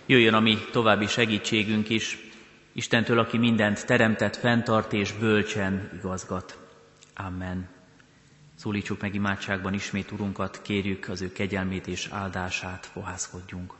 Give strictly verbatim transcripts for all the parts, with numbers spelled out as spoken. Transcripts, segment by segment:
Jöjjön a mi további segítségünk is, Istentől, aki mindent teremtett, fenntart és bölcsen igazgat. Amen. Szólítsuk meg imádságban ismét Urunkat, kérjük az ő kegyelmét és áldását, fohászkodjunk.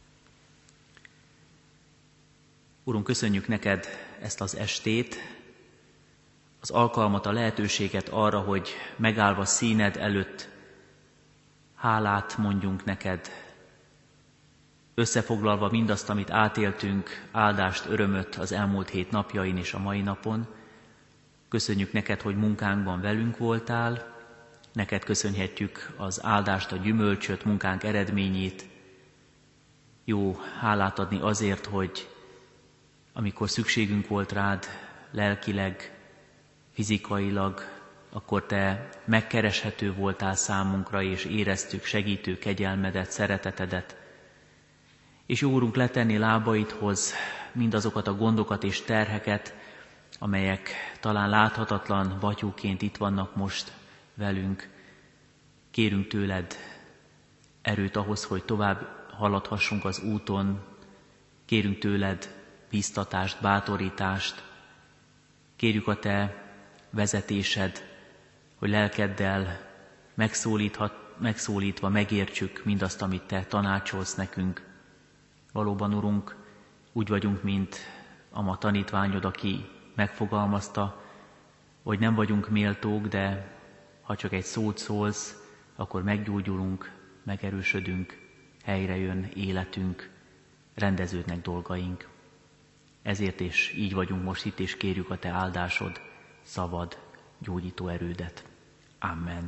Urunk, köszönjük neked ezt az estét, az alkalmat, a lehetőséget arra, hogy megállva színed előtt hálát mondjunk neked, összefoglalva mindazt, amit átéltünk, áldást, örömöt az elmúlt hét napjain és a mai napon. Köszönjük neked, hogy munkánkban velünk voltál, neked köszönhetjük az áldást, a gyümölcsöt, munkánk eredményét. Jó hálát adni azért, hogy amikor szükségünk volt rád lelkileg, fizikailag, akkor te megkereshető voltál számunkra, és éreztük segítő kegyelmedet, szeretetedet. És jó Úrunk, letenni lábaidhoz mindazokat a gondokat és terheket, amelyek talán láthatatlan batyúként itt vannak most velünk. Kérünk tőled erőt ahhoz, hogy tovább haladhassunk az úton. Kérünk tőled bíztatást, bátorítást. Kérjük a te vezetésed, hogy lelkeddel megszólítva megértsük mindazt, amit te tanácsolsz nekünk. Valóban, Urunk, úgy vagyunk, mint a ma tanítványod, aki megfogalmazta, hogy nem vagyunk méltók, de ha csak egy szót szólsz, akkor meggyógyulunk, megerősödünk, helyre jön életünk, rendeződnek dolgaink. Ezért is így vagyunk most itt, és kérjük a te áldásod, szabad, gyógyító erődet. Amen.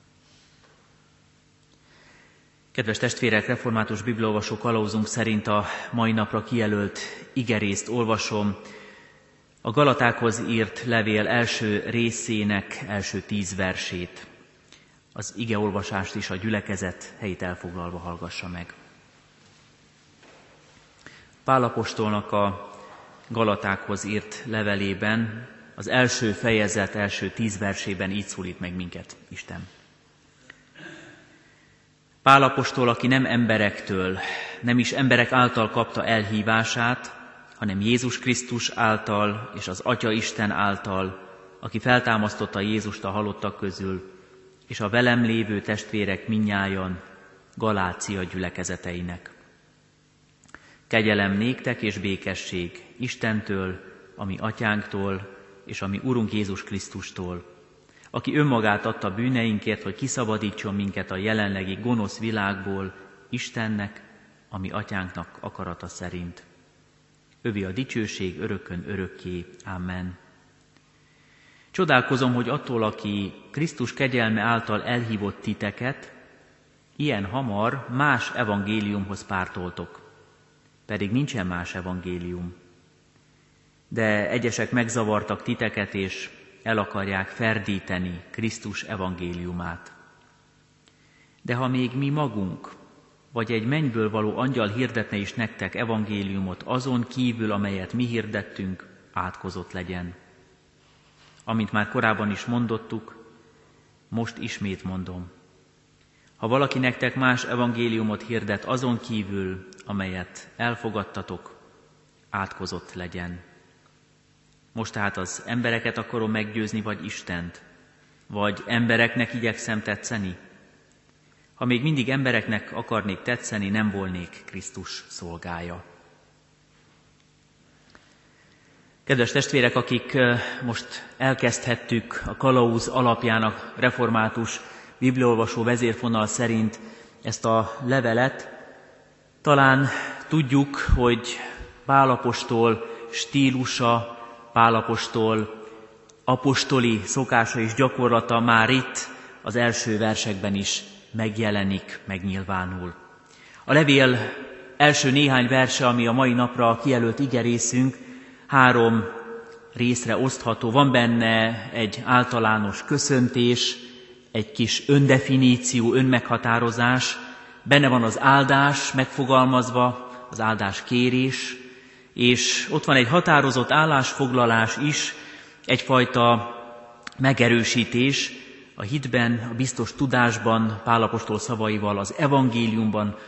Kedves testvérek, református bibliaolvasó kalauzunk szerint a mai napra kijelölt igerészt olvasom. A Galatákhoz írt levél első részének első tíz versét. Az igeolvasást is a gyülekezet helyét elfoglalva hallgassa meg. Pál apostolnak a Galatákhoz írt levelében az első fejezet első tíz versében így szólít meg minket Isten. Pál apostol, aki nem emberektől, nem is emberek által kapta elhívását, hanem Jézus Krisztus által és az Atya Isten által, aki feltámasztotta Jézust a halottak közül, és a velem lévő testvérek mindnyájan Galácia gyülekezeteinek. Kegyelem néktek és békesség Istentől, a mi atyánktól, és a mi Urunk Jézus Krisztustól, aki önmagát adta bűneinkért, hogy kiszabadítson minket a jelenlegi gonosz világból, Istennek, a mi atyánknak akarata szerint. Övi a dicsőség örökön örökké. Amen. Csodálkozom, hogy attól, aki Krisztus kegyelme által elhívott titeket, ilyen hamar más evangéliumhoz pártoltok. Pedig nincsen más evangélium. De egyesek megzavartak titeket, és el akarják ferdíteni Krisztus evangéliumát. De ha még mi magunk, vagy egy mennyből való angyal hirdetne is nektek evangéliumot azon kívül, amelyet mi hirdettünk, átkozott legyen. Amint már korábban is mondottuk, most ismét mondom. Ha valaki nektek más evangéliumot hirdet azon kívül, amelyet elfogadtatok, átkozott legyen. Most tehát az embereket akarom meggyőzni, vagy Istent? Vagy embereknek igyekszem tetszeni? Ha még mindig embereknek akarnék tetszeni, nem volnék Krisztus szolgája. Kedves testvérek, akik most elkezdhettük a kalauz alapjának református bibliaolvasó vezérfonal szerint ezt a levelet, talán tudjuk, hogy Pál apostol stílusa, Pál apostol apostoli szokása és gyakorlata már itt az első versekben is megjelenik, megnyilvánul. A levél első néhány verse, ami a mai napra kijelölt igerészünk, három részre osztható. Van benne egy általános köszöntés, egy kis öndefiníció, önmeghatározás, benne van az áldás megfogalmazva, az áldás kérés, és ott van egy határozott állásfoglalás is, egyfajta megerősítés a hitben, a biztos tudásban, Pál apostol szavaival, az evangéliumban,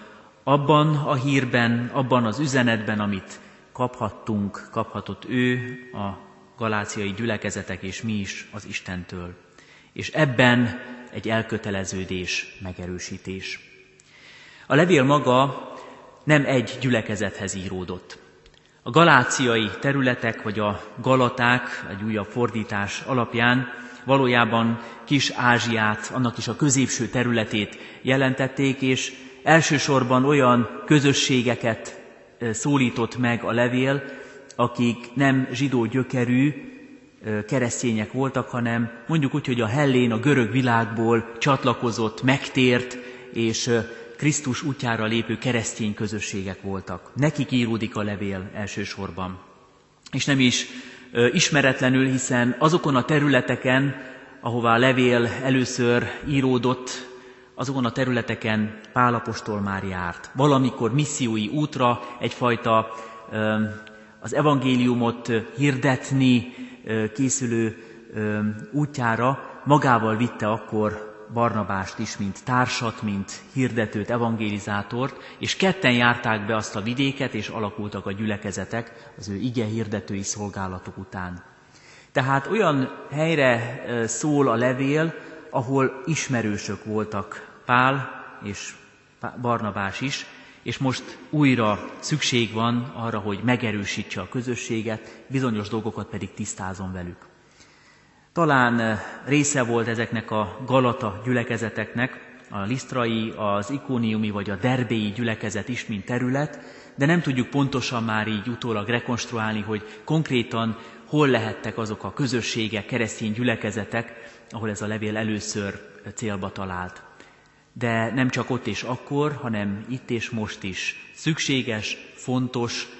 abban a hírben, abban az üzenetben, amit kaphattunk, kaphatott ő, a galáciai gyülekezetek és mi is az Istentől. És ebben egy elköteleződés, megerősítés. A levél maga nem egy gyülekezethez íródott. A galáciai területek, vagy a galaták, egy újabb fordítás alapján valójában Kis-Ázsiát, annak is a középső területét jelentették, és elsősorban olyan közösségeket szólított meg a levél, akik nem zsidó gyökerű keresztények voltak, hanem mondjuk úgy, hogy a hellén, a görög világból csatlakozott, megtért, és Krisztus útjára lépő keresztény közösségek voltak. Nekik íródik a levél elsősorban. És nem is ö, ismeretlenül, hiszen azokon a területeken, ahová a levél először íródott, azokon a területeken Pál apostol már járt. Valamikor missziói útra, egyfajta ö, az evangéliumot hirdetni ö, készülő ö, útjára magával vitte akkor Barnabást is, mint társat, mint hirdetőt, evangélizátort, és ketten járták be azt a vidéket, és alakultak a gyülekezetek az ő ige hirdetői szolgálatok után. Tehát olyan helyre szól a levél, ahol ismerősök voltak Pál és Barnabás is, és most újra szükség van arra, hogy megerősítse a közösséget, bizonyos dolgokat pedig tisztázon velük. Talán része volt ezeknek a galata gyülekezeteknek, a lisztrai, az ikóniumi vagy a derbéi gyülekezet is, mint terület, de nem tudjuk pontosan már így utólag rekonstruálni, hogy konkrétan hol lehettek azok a közösségek, keresztény gyülekezetek, ahol ez a levél először célba talált. De nem csak ott és akkor, hanem itt és most is szükséges, fontos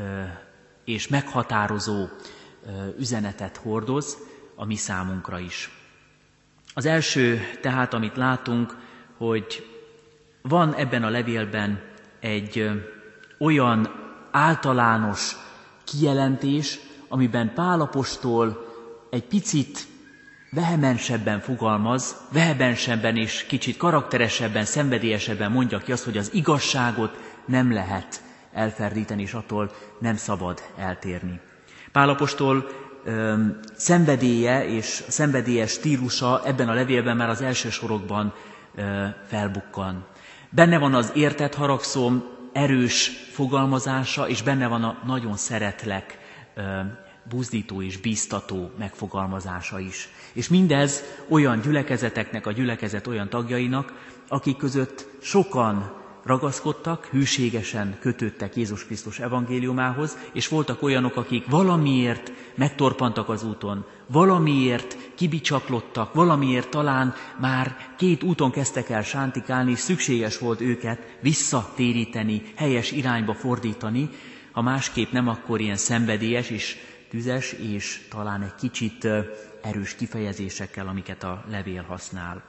és meghatározó üzenetet hordoz, a mi számunkra is. Az első tehát, amit látunk, hogy van ebben a levélben egy ö, olyan általános kijelentés, amiben Pál apostol egy picit vehemensebben fogalmaz, vehemensebben és kicsit karakteresebben, szenvedélyesebben mondja ki azt, hogy az igazságot nem lehet elferdíteni, és attól nem szabad eltérni. Pál apostol szenvedélye és szenvedélyes stílusa ebben a levélben már az első sorokban felbukkan. Benne van az érted, haragszom, erős fogalmazása, és benne van a nagyon szeretlek, buzdító és bíztató megfogalmazása is. És mindez olyan gyülekezeteknek, a gyülekezet olyan tagjainak, akik között sokan ragaszkodtak, hűségesen kötődtek Jézus Krisztus evangéliumához, és voltak olyanok, akik valamiért megtorpantak az úton, valamiért kibicsaklottak, valamiért talán már két úton kezdtek el sántikálni, és szükséges volt őket visszatéríteni, helyes irányba fordítani, ha másképp nem, akkor ilyen szenvedélyes és tüzes, és talán egy kicsit erős kifejezésekkel, amiket a levél használ.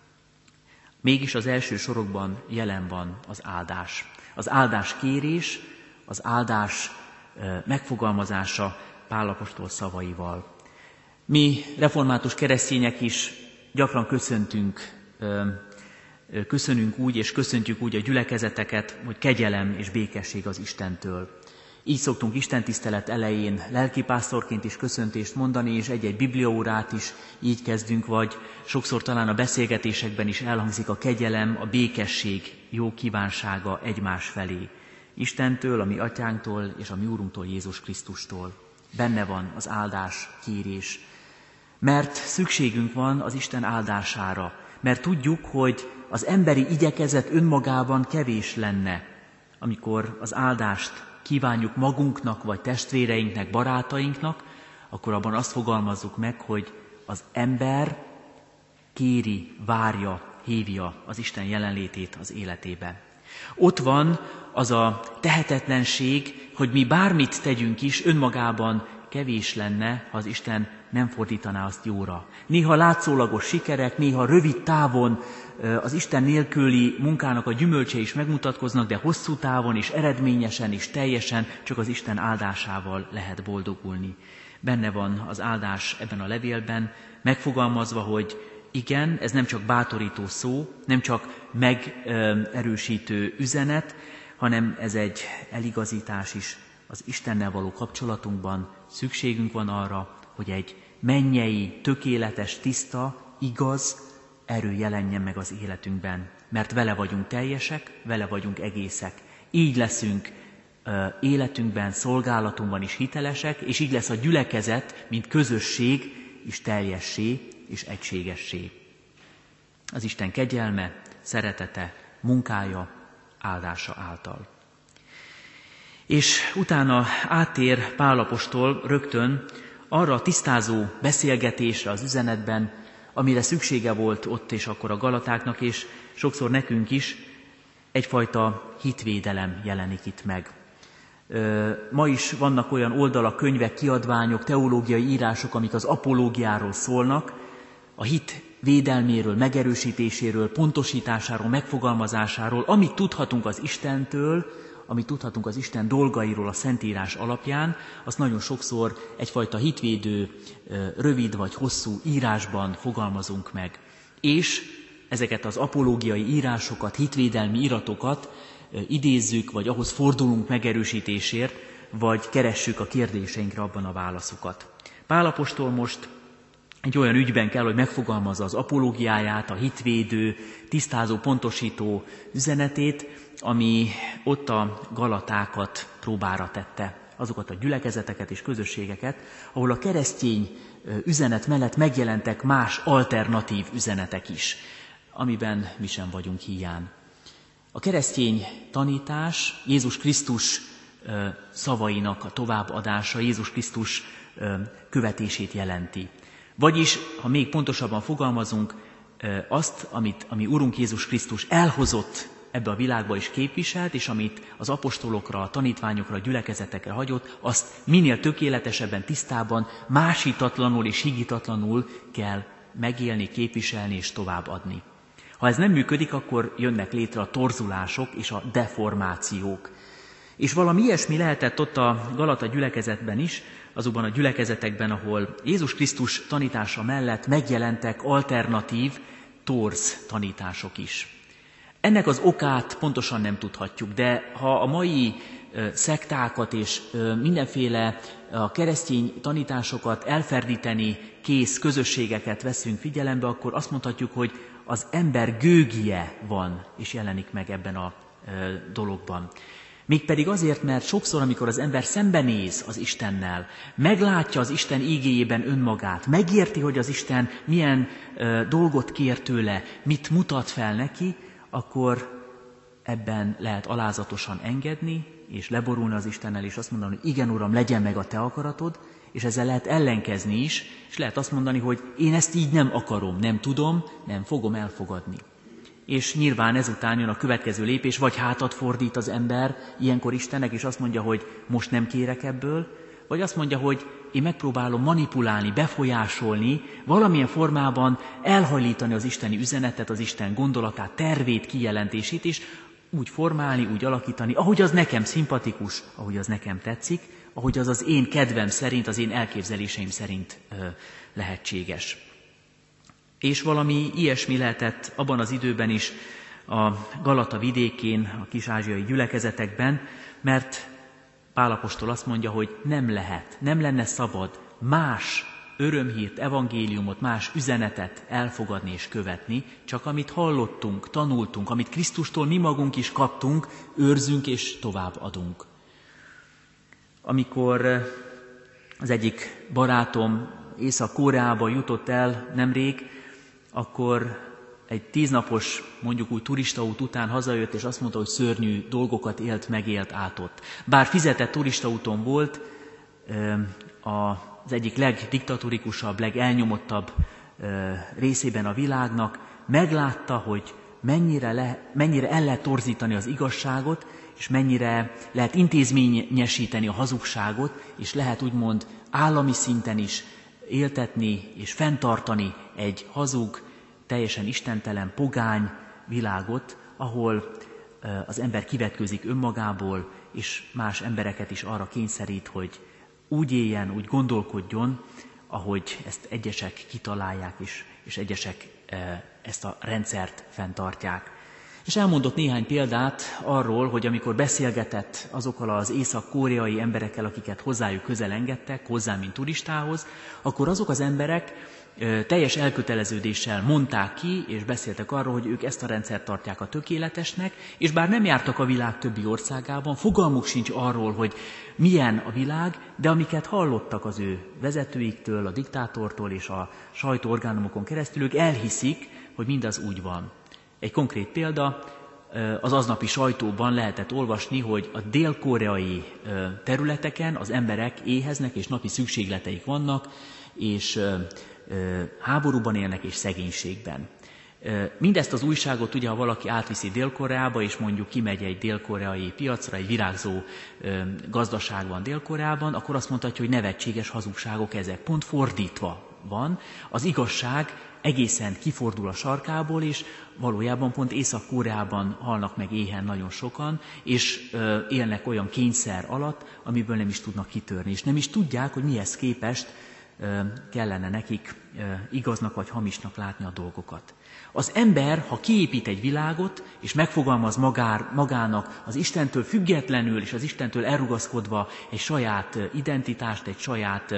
Mégis az első sorokban jelen van az áldás. Az áldás kérés, az áldás megfogalmazása Pál apostol szavaival. Mi református keresztények is gyakran köszöntünk, köszönünk úgy, és köszöntjük úgy a gyülekezeteket, hogy kegyelem és békesség az Istentől. Így szoktunk istentisztelet elején lelkipásztorként is köszöntést mondani, és egy-egy bibliaórát is így kezdünk, vagy sokszor talán a beszélgetésekben is elhangzik a kegyelem, a békesség jó kívánsága egymás felé. Istentől, a mi atyánktól és a mi úrunktól, Jézus Krisztustól. Benne van az áldás, kérés. Mert szükségünk van az Isten áldására, mert tudjuk, hogy az emberi igyekezet önmagában kevés lenne, amikor az áldást kívánjuk magunknak, vagy testvéreinknek, barátainknak, akkor abban azt fogalmazzuk meg, hogy az ember kéri, várja, hívja az Isten jelenlétét az életébe. Ott van az a tehetetlenség, hogy mi bármit tegyünk is, önmagában kevés lenne, ha az Isten nem fordítaná azt jóra. Néha látszólagos sikerek, néha rövid távon az Isten nélküli munkának a gyümölcse is megmutatkoznak, de hosszú távon és eredményesen és teljesen csak az Isten áldásával lehet boldogulni. Benne van az áldás ebben a levélben, megfogalmazva, hogy igen, ez nem csak bátorító szó, nem csak megerősítő üzenet, hanem ez egy eligazítás is az Istennel való kapcsolatunkban. Szükségünk van arra, hogy egy mennyei, tökéletes, tiszta, igaz erő jelenjen meg az életünkben, mert vele vagyunk teljesek, vele vagyunk egészek. Így leszünk ö, életünkben, szolgálatunkban is hitelesek, és így lesz a gyülekezet, mint közösség is teljessé és egységessé. Az Isten kegyelme, szeretete, munkája, áldása által. És utána áttér Pál apostol rögtön arra a tisztázó beszélgetésre az üzenetben, amire szüksége volt ott és akkor a galatáknak, és sokszor nekünk is egyfajta hitvédelem jelenik itt meg. Ma is vannak olyan oldalak, könyvek, kiadványok, teológiai írások, amik az apológiáról szólnak, a hit védelméről, megerősítéséről, pontosításáról, megfogalmazásáról, amit tudhatunk az Istentől, amit tudhatunk az Isten dolgairól a Szentírás alapján, azt nagyon sokszor egyfajta hitvédő, rövid vagy hosszú írásban fogalmazunk meg. És ezeket az apológiai írásokat, hitvédelmi iratokat idézzük, vagy ahhoz fordulunk megerősítésért, vagy keressük a kérdéseinkre abban a válaszokat. Pál apostol most egy olyan ügyben kell, hogy megfogalmazza az apológiáját, a hitvédő, tisztázó, pontosító üzenetét, ami ott a galatákat próbára tette, azokat a gyülekezeteket és közösségeket, ahol a keresztény üzenet mellett megjelentek más alternatív üzenetek is, amiben mi sem vagyunk híján. A keresztény tanítás Jézus Krisztus szavainak a továbbadása, Jézus Krisztus követését jelenti. Vagyis, ha még pontosabban fogalmazunk, azt, amit ami Urunk Jézus Krisztus elhozott ebbe a világba is képviselt, és amit az apostolokra, a tanítványokra, a gyülekezetekre hagyott, azt minél tökéletesebben, tisztában, másítatlanul és higítatlanul kell megélni, képviselni és továbbadni. Ha ez nem működik, akkor jönnek létre a torzulások és a deformációk. És valami ilyesmi lehetett ott a Galata gyülekezetben is, azokban a gyülekezetekben, ahol Jézus Krisztus tanítása mellett megjelentek alternatív, torz tanítások is. Ennek az okát pontosan nem tudhatjuk, de ha a mai szektákat és mindenféle a keresztény tanításokat elferdíteni kész közösségeket veszünk figyelembe, akkor azt mondhatjuk, hogy az ember gőgie van és jelenik meg ebben a dologban. Mégpedig azért, mert sokszor, amikor az ember szembenéz az Istennel, meglátja az Isten ígéjében önmagát, megérti, hogy az Isten milyen ö, dolgot kér tőle, mit mutat fel neki, akkor ebben lehet alázatosan engedni, és leborulni az Istennel, és azt mondani, hogy igen, Uram, legyen meg a te akaratod, és ezzel lehet ellenkezni is, és lehet azt mondani, hogy én ezt így nem akarom, nem tudom, nem fogom elfogadni. És nyilván ezután jön a következő lépés, vagy hátat fordít az ember ilyenkor Istennek, és azt mondja, hogy most nem kérek ebből, vagy azt mondja, hogy én megpróbálom manipulálni, befolyásolni, valamilyen formában elhajlítani az isteni üzenetet, az Isten gondolatát, tervét, kijelentését, és úgy formálni, úgy alakítani, ahogy az nekem szimpatikus, ahogy az nekem tetszik, ahogy az az én kedvem szerint, az én elképzeléseim szerint ö, lehetséges. És valami ilyesmi lehetett abban az időben is a Galata vidékén, a kis-ázsiai gyülekezetekben, mert Pál apostol azt mondja, hogy nem lehet, nem lenne szabad más örömhírt, evangéliumot, más üzenetet elfogadni és követni, csak amit hallottunk, tanultunk, amit Krisztustól mi magunk is kaptunk, őrzünk és továbbadunk. Amikor az egyik barátom Észak-Koreába jutott el nemrég, akkor egy tíznapos, mondjuk úgy turistaút után hazajött, és azt mondta, hogy szörnyű dolgokat élt, megélt át ott. Bár fizetett turistaúton volt, az egyik legdiktatorikusabb, legelnyomottabb részében a világnak, meglátta, hogy mennyire, le, mennyire el lehet torzítani az igazságot, és mennyire lehet intézményesíteni a hazugságot, és lehet úgymond állami szinten is éltetni és fenntartani egy hazug, teljesen istentelen, pogány világot, ahol az ember kivetkőzik önmagából, és más embereket is arra kényszerít, hogy úgy éljen, úgy gondolkodjon, ahogy ezt egyesek kitalálják, és, és egyesek ezt a rendszert fenntartják. És elmondott néhány példát arról, hogy amikor beszélgetett azokkal az észak-koreai emberekkel, akiket hozzájuk közel engedtek, hozzá, mint turistához, akkor azok az emberek teljes elköteleződéssel mondták ki, és beszéltek arról, hogy ők ezt a rendszert tartják a tökéletesnek, és bár nem jártak a világ többi országában, fogalmuk sincs arról, hogy milyen a világ, de amiket hallottak az ő vezetőiktől, a diktátortól és a sajtóorgánumokon keresztül, ők elhiszik, hogy mindaz úgy van. Egy konkrét példa, az aznapi sajtóban lehetett olvasni, hogy a dél-koreai területeken az emberek éheznek, és napi szükségleteik vannak, és háborúban élnek, és szegénységben. Mindezt az újságot ugye, ha valaki átviszi Dél-Koreába, és mondjuk kimegy egy dél-koreai piacra, egy virágzó gazdaság van Dél-Koreában, akkor azt mondhatja, hogy nevetséges hazugságok ezek. Pont fordítva van. Az igazság egészen kifordul a sarkából, és valójában pont Észak-Koreában halnak meg éhen nagyon sokan, és élnek olyan kényszer alatt, amiből nem is tudnak kitörni, és nem is tudják, hogy mihez képest kellene nekik igaznak vagy hamisnak látni a dolgokat. Az ember, ha kiépít egy világot, és megfogalmaz magár, magának az Istentől függetlenül, és az Istentől elrugaszkodva egy saját identitást, egy saját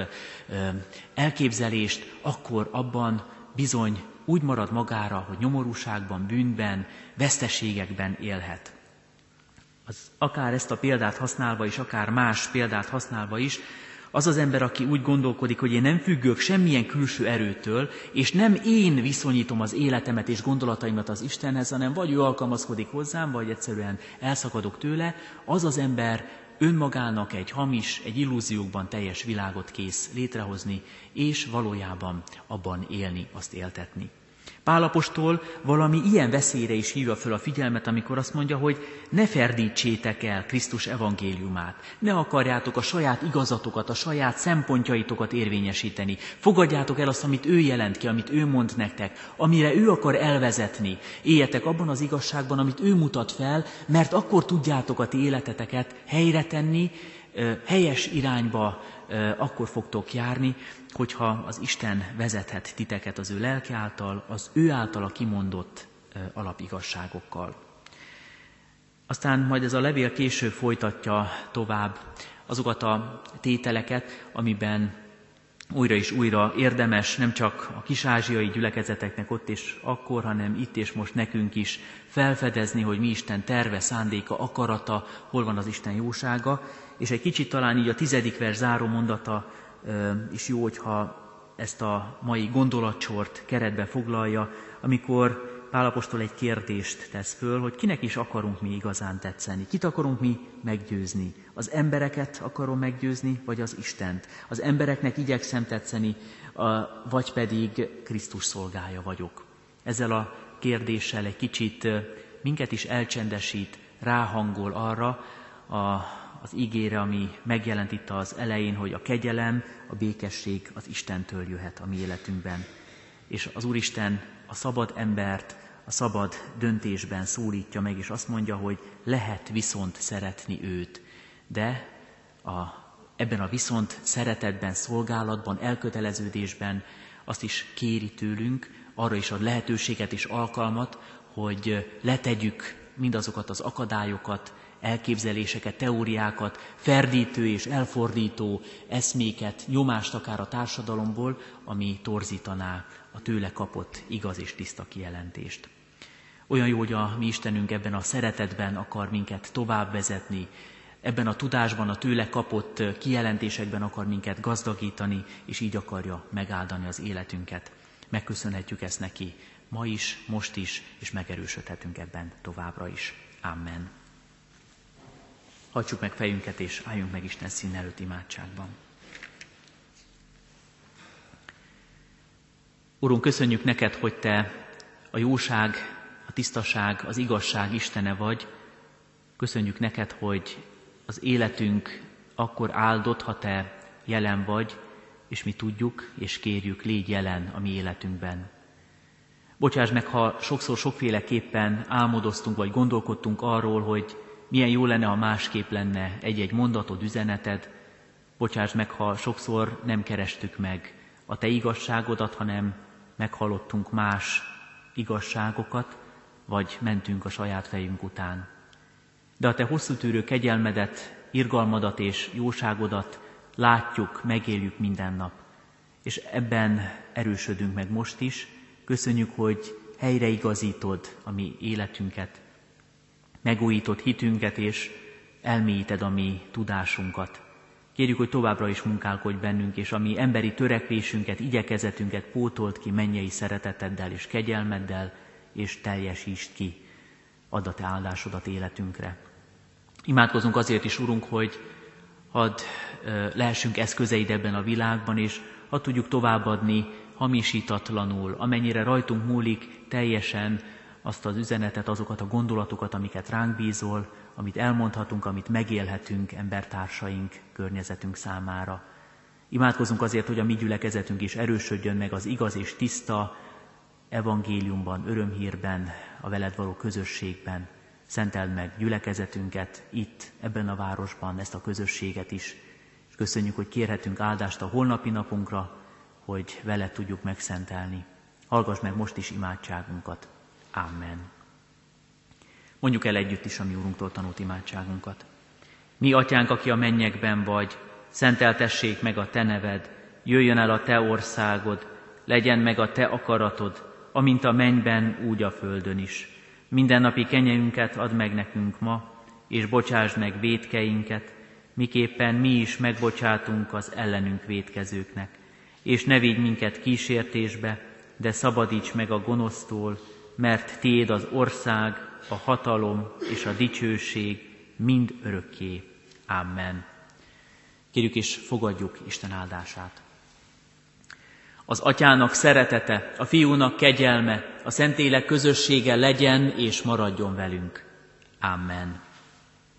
elképzelést, akkor abban bizony úgy marad magára, hogy nyomorúságban, bűnben, veszteségekben élhet. Az, akár ezt a példát használva is, akár más példát használva is, az az ember, aki úgy gondolkodik, hogy én nem függök semmilyen külső erőtől, és nem én viszonyítom az életemet és gondolataimat az Istenhez, hanem vagy ő alkalmazkodik hozzám, vagy egyszerűen elszakadok tőle, az az ember önmagának egy hamis, egy illúziókban teljes világot kész létrehozni, és valójában abban élni, azt éltetni. Pál apostol valami ilyen veszélyre is hívja föl a figyelmet, amikor azt mondja, hogy ne ferdítsétek el Krisztus evangéliumát, ne akarjátok a saját igazatokat, a saját szempontjaitokat érvényesíteni. Fogadjátok el azt, amit ő jelent ki, amit ő mond nektek, amire ő akar elvezetni. Éljetek abban az igazságban, amit ő mutat fel, mert akkor tudjátok a ti életeteket helyre tenni, helyes irányba akkor fogtok járni, hogyha az Isten vezethet titeket az ő lelke által, az ő általa kimondott alapigazságokkal. Aztán majd ez a levél később folytatja tovább azokat a tételeket, amiben újra és újra érdemes nem csak a kis-ázsiai gyülekezeteknek ott és akkor, hanem itt és most nekünk is felfedezni, hogy mi Isten terve, szándéka, akarata, hol van az Isten jósága, és egy kicsit talán így a tizedik vers záró mondata is jó, hogyha ezt a mai gondolatcsort keretbe foglalja, amikor Pál apostol egy kérdést tesz föl, hogy kinek is akarunk mi igazán tetszeni, kit akarunk mi meggyőzni. Az embereket akarom meggyőzni, vagy az Istent? Az embereknek igyekszem tetszeni, vagy pedig Krisztus szolgája vagyok. Ezzel a kérdéssel egy kicsit minket is elcsendesít, ráhangol arra a az ígére, ami megjelent itt az elején, hogy a kegyelem, a békesség az Istentől jöhet a mi életünkben. És az Úristen a szabad embert a szabad döntésben szólítja meg, és azt mondja, hogy lehet viszont szeretni őt, de a, ebben a viszont szeretetben, szolgálatban, elköteleződésben azt is kéri tőlünk, arra is ad lehetőséget és alkalmat, hogy letegyük mindazokat az akadályokat, elképzeléseket, teóriákat, ferdítő és elfordító eszméket, nyomást akár a társadalomból, ami torzítaná a tőle kapott igaz és tiszta kijelentést. Olyan jó, hogy a mi Istenünk ebben a szeretetben akar minket tovább vezetni, ebben a tudásban, a tőle kapott kijelentésekben akar minket gazdagítani, és így akarja megáldani az életünket. Megköszönhetjük ezt neki ma is, most is, és megerősödhetünk ebben továbbra is. Amen. Hajtsuk meg fejünket, és álljunk meg Isten szín előtt imádságban. Urunk, köszönjük neked, hogy te a jóság, a tisztaság, az igazság Istene vagy. Köszönjük neked, hogy az életünk akkor áldott, ha te jelen vagy, és mi tudjuk és kérjük, légy jelen a mi életünkben. Bocsáss meg, ha sokszor sokféleképpen álmodoztunk, vagy gondolkodtunk arról, hogy milyen jó lenne, ha másképp lenne egy-egy mondatod, üzeneted. Bocsáss meg, ha sokszor nem kerestük meg a Te igazságodat, hanem meghallottunk más igazságokat, vagy mentünk a saját fejünk után. De a Te hosszú tűrő kegyelmedet, irgalmadat és jóságodat látjuk, megéljük minden nap. És ebben erősödünk meg most is. Köszönjük, hogy helyreigazítod a mi életünket, megújítod hitünket, és elmélyíted a mi tudásunkat. Kérjük, hogy továbbra is munkálkodj bennünk, és a mi emberi törekvésünket, igyekezetünket pótold ki mennyei szereteteddel és kegyelmeddel, és teljesítsd ki. Add a Te áldásodat életünkre. Imádkozunk azért is, Urunk, hogy hadd lehessünk eszközeid ebben a világban, és hadd tudjuk továbbadni hamisítatlanul, amennyire rajtunk múlik, teljesen azt az üzenetet, azokat a gondolatokat, amiket ránk bízol, amit elmondhatunk, amit megélhetünk embertársaink, környezetünk számára. Imádkozunk azért, hogy a mi gyülekezetünk is erősödjön meg az igaz és tiszta evangéliumban, örömhírben, a veled való közösségben. Szenteld meg gyülekezetünket itt, ebben a városban, ezt a közösséget is. És köszönjük, hogy kérhetünk áldást a holnapi napunkra, hogy veled tudjuk megszentelni. Hallgass meg most is imádságunkat. Amen. Mondjuk el együtt is a mi Úrunktól tanult imádságunkat. Mi, Atyánk, aki a mennyekben vagy, szenteltessék meg a Te neved, jöjjön el a Te országod, legyen meg a Te akaratod, amint a mennyben, úgy a földön is. Mindennapi kenyerünket add meg nekünk ma, és bocsásd meg vétkeinket, miképpen mi is megbocsátunk az ellenünk vétkezőknek. És ne vigy minket kísértésbe, de szabadíts meg a gonosztól, mert Tiéd az ország, a hatalom és a dicsőség mind örökké. Amen. Kérjük és fogadjuk Isten áldását. Az Atyának szeretete, a Fiúnak kegyelme, a Szentlélek közössége legyen és maradjon velünk. Amen.